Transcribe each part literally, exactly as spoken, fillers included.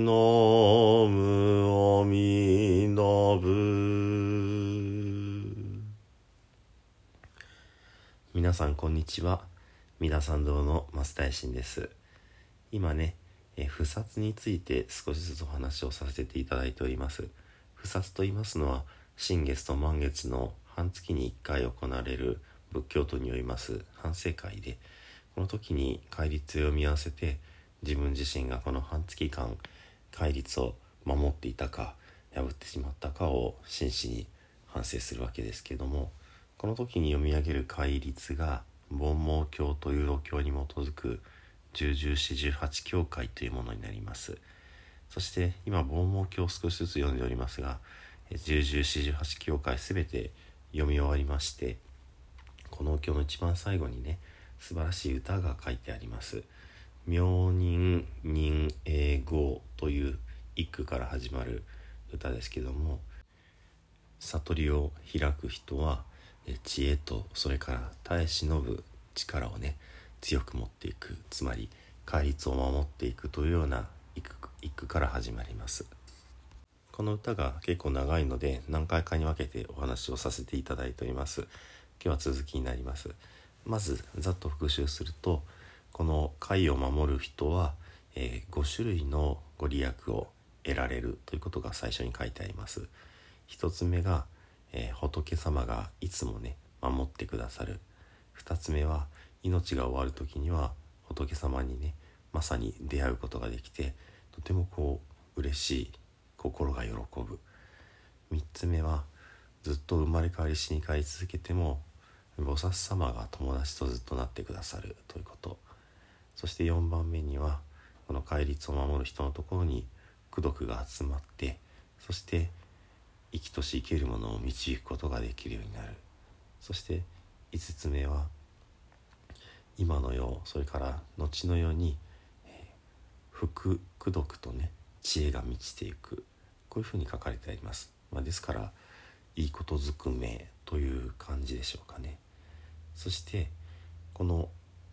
の無をみのぶ。皆さんこんにちは。三田参道の増大臣です。今ねえ不殺について少しずつお話をさせていただいております。不殺と言いますのは新月と満月の半月にいっかい行われる仏教徒によります反省会で、この時に戒律を読み合わせて自分自身がこの半月間戒律を守っていたか破ってしまったかを真摯に反省するわけですけれども、この時に読み上げる戒律が凡盲教という道教に基づく十十四十八教戒というものになります。そして今凡盲教を少しずつ読んでおりますが、十十四十八教戒すべて読み終わりまして、このお経の一番最後にね素晴らしい歌が書いてあります。明人人英語という一句から始まる歌ですけども、悟りを開く人は知恵とそれから耐え忍ぶ力をね強く持っていく、つまり戒律を守っていくというような一句、一句から始まります。この歌が結構長いので何回かに分けてお話をさせていただいております。今日は続きになります。まずざっと復習すると、この戒を守る人は、えー、ご種類のご利益を得られるということが最初に書いてあります。一つ目が、えー、仏様がいつもね守ってくださる。二つ目は命が終わる時には仏様にねまさに出会うことができて、とてもこう嬉しい、心が喜ぶ。三つ目はずっと生まれ変わり死に変わり続けても菩薩様が友達とずっとなってくださるということ。そしてよんばんめにはこの戒律を守る人のところに功徳が集まって、そして生きとし生けるものを導くことができるようになる。そしていつつめは今の世、それから後の世に、えー、福功徳とね知恵が満ちていく、こういうふうに書かれてあります。まあ、ですからいいことずくめという感じでしょうかね。そしてこの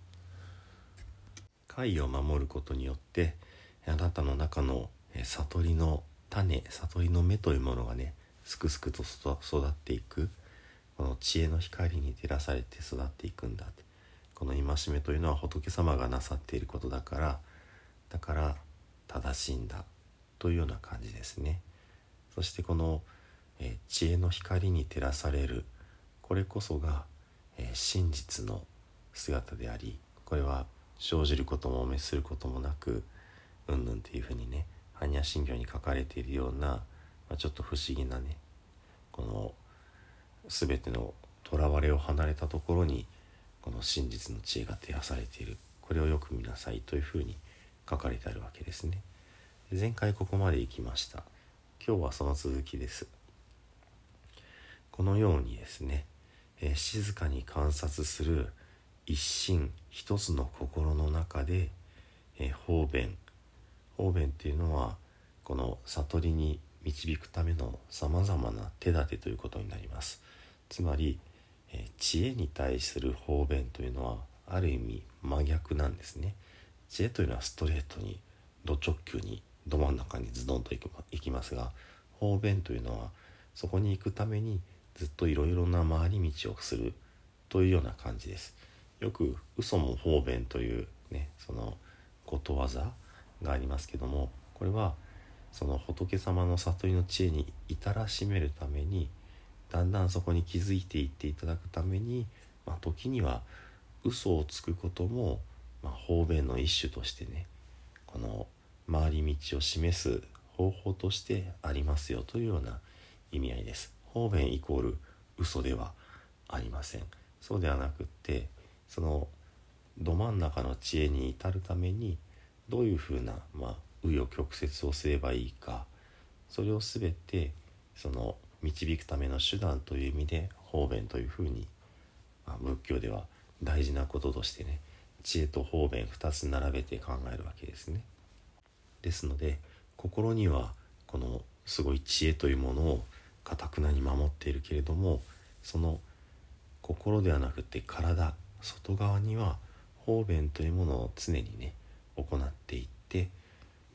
戒を守ることによってあなたの中の悟りの種、悟りの芽というものがねすくすくと育っていく。この知恵の光に照らされて育っていくんだ。この戒めというのは仏様がなさっていることだからだから正しいんだというような感じですね。そしてこの、えー、知恵の光に照らされる、これこそが、えー、真実の姿であり、これは生じることも滅することもなくうんぬんというふうにね般若心経に書かれているような、まあ、ちょっと不思議なねこの全ての囚われを離れたところにこの真実の知恵が照らされている、これをよく見なさいというふうに書かれてあるわけですね。前回ここまで行きました。今日はその続きです。このようにですね、えー、静かに観察する一心一つの心の中で、えー、方便方便っていうのはこの悟りに導くためのさまざまな手立てということになります。つまり、えー、知恵に対する方便というのはある意味真逆なんですね。知恵というのはストレートにド直球にど真ん中にズドンといきますが、方便というのはそこに行くためにずっといろいろな回り道をするというような感じです。よく嘘も方便というねそのことわざがありますけども、これはその仏様の悟りの知恵に至らしめるために、だんだんそこに気づいていっていただくために、まあ、時には嘘をつくことも、まあ、方便の一種としてねこの回り道を示す方法としてありますよというような意味合いです。方便イコール嘘ではありません。そうではなくって、そのど真ん中の知恵に至るためにどういうふうな、まあ、紆余曲折をすればいいか、それをすべてその導くための手段という意味で方便というふうに、まあ、仏教では大事なこととしてね知恵と方便ふたつ並べて考えるわけですね。ですので心にはこのすごい知恵というものを堅くなに守っているけれども、その心ではなくて体、外側には方便というものを常にね行っていって、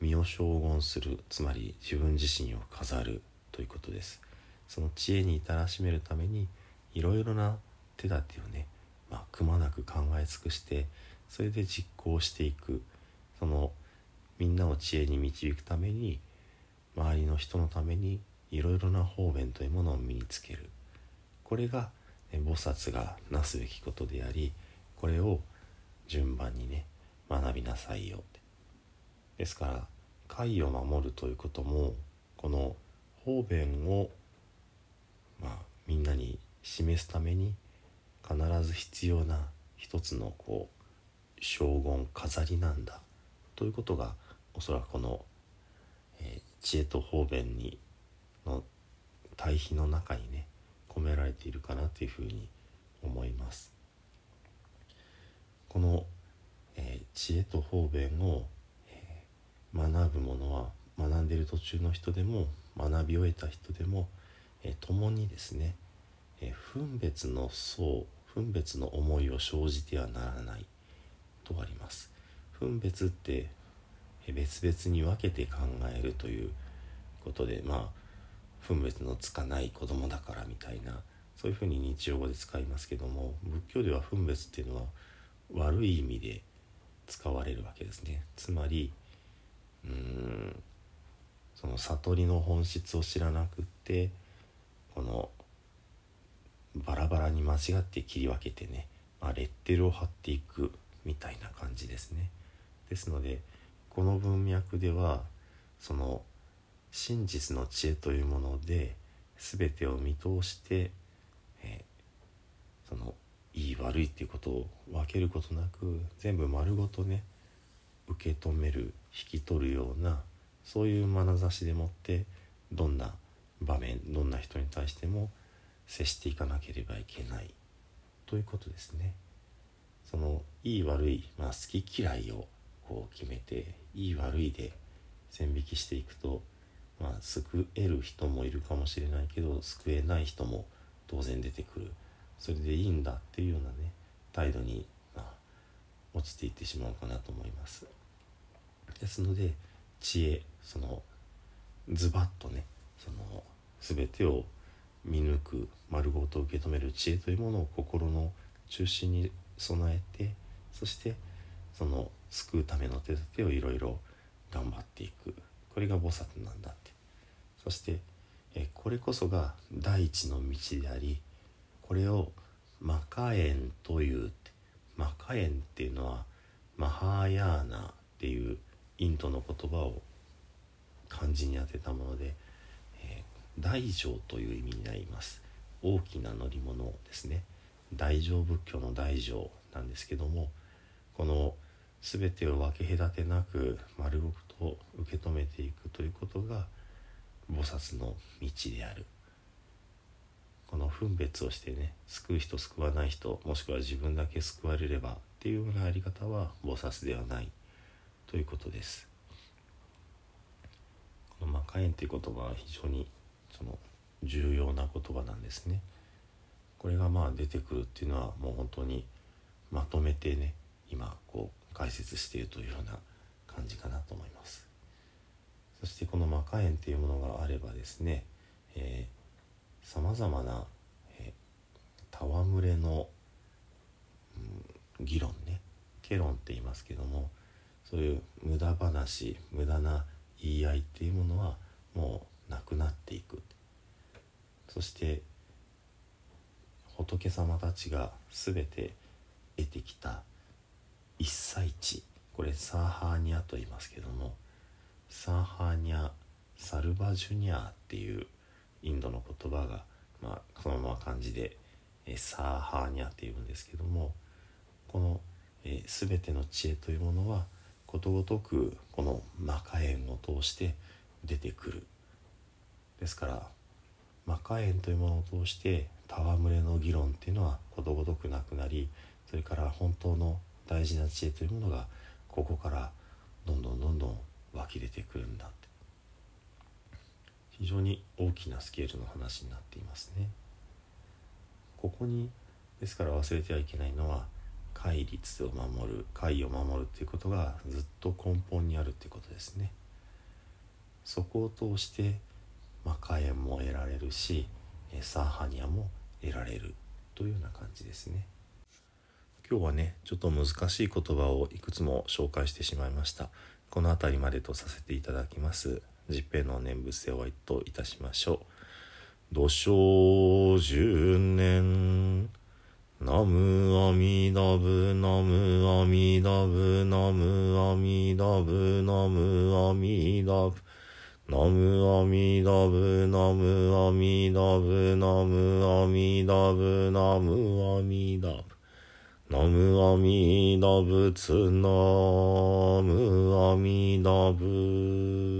身を荘厳する、つまり自分自身を飾るということです。その知恵に至らしめるためにいろいろな手立てをね、まあ、くまなく考え尽くして、それで実行していく、そのみんなを知恵に導くために、周りの人のためにいろいろな方便というものを身につける。これが、ね、菩薩がなすべきことであり、これを順番にね学びなさいよって。ですから戒を守るということも、この方便を、まあ、みんなに示すために必ず必要な一つのこう荘厳、飾りなんだということが、おそらくこの、えー、知恵と方便にの対比の中にね込められているかなというふうに思います。この、えー、知恵と方便を、えー、学ぶ者は、学んでいる途中の人でも学び終えた人でも、えー、共にですね、えー、分別の相、分別の思いを生じてはならないとあります。分別って、えー、別々に分けて考えるということで、まあ分別のつかない子供だからみたいな、そういうふうに日常語で使いますけども、仏教では分別っていうのは悪い意味で使われるわけですね。つまりうーんその悟りの本質を知らなくって、このバラバラに間違って切り分けてね、まあ、レッテルを貼っていくみたいな感じですね。ですのでこの文脈では、その真実の知恵というもので全てを見通して、えー、そのいい悪いっていうことを分けることなく、全部丸ごとね受け止める、引き取るような、そういう眼差しでもってどんな場面、どんな人に対しても接していかなければいけないということですね。そのいい悪い、まあ、好き嫌いをこう決めて、いい悪いで線引きしていくと、まあ、救える人もいるかもしれないけど、救えない人も当然出てくる。それでいいんだっていうようなね態度に、まあ、落ちていってしまうかなと思います。ですので知恵、そのズバッとね、その全てを見抜く、丸ごと受け止める知恵というものを心の中心に備えて、そしてその救うための手立てをいろいろ頑張っていく。これが菩薩なんだって。そしてえこれこそが第一の道であり、これをマカエンというって。マカエンっていうのはマハーヤーナっていうインドの言葉を漢字に当てたもので、えー、大乗という意味になります。大きな乗り物ですね。大乗仏教の大乗なんですけども、この全てを分け隔てなく丸ごと受け止めていくということが菩薩の道である。この分別をしてね、救う人救わない人、もしくは自分だけ救われればっていうようなやり方は菩薩ではないということです。このマカエンという言葉は非常にその重要な言葉なんですね。これがまあ出てくるっていうのはもう本当にまとめてね、今こう解説しているというような感じかなと思います。そしてこのマカエンっていうものがあればですね、さまざまな、えー、戯れの、うん、議論ね、ケ論って言いますけども、そういう無駄話、無駄な言い合いっていうものはもうなくなっていく。そして仏様たちが全て得てきた一切地、これサーハーニャと言いますけども、サーハーニャサルバジュニャーっていうインドの言葉が、まあ、そのまま漢字で、えー、サーハーニャっていうんですけども、この、えー、全ての知恵というものはことごとくこのマカエンを通して出てくる。ですからマカエンというものを通して戯れの議論っていうのはことごとくなくなり、それから本当の大事な知恵というものがここからどんどんどんどん湧き出てくるんだって、非常に大きなスケールの話になっていますね。ここにですから忘れてはいけないのは、戒律を守る、戒を守るということがずっと根本にあるということですね。 そこを通してマカエンも得られるしサーハニャも得られるというような感じですね。今日はねちょっと難しい言葉をいくつも紹介してしまいました。この辺りまでとさせていただきます。十平の念仏でお会いといたしましょう。土生十年ナムアミダブナムアミダブナムアミダブナムアミダブナムアミダブナムアミダブナムアミダブナムアミダブナムアミダブツナムアミダブ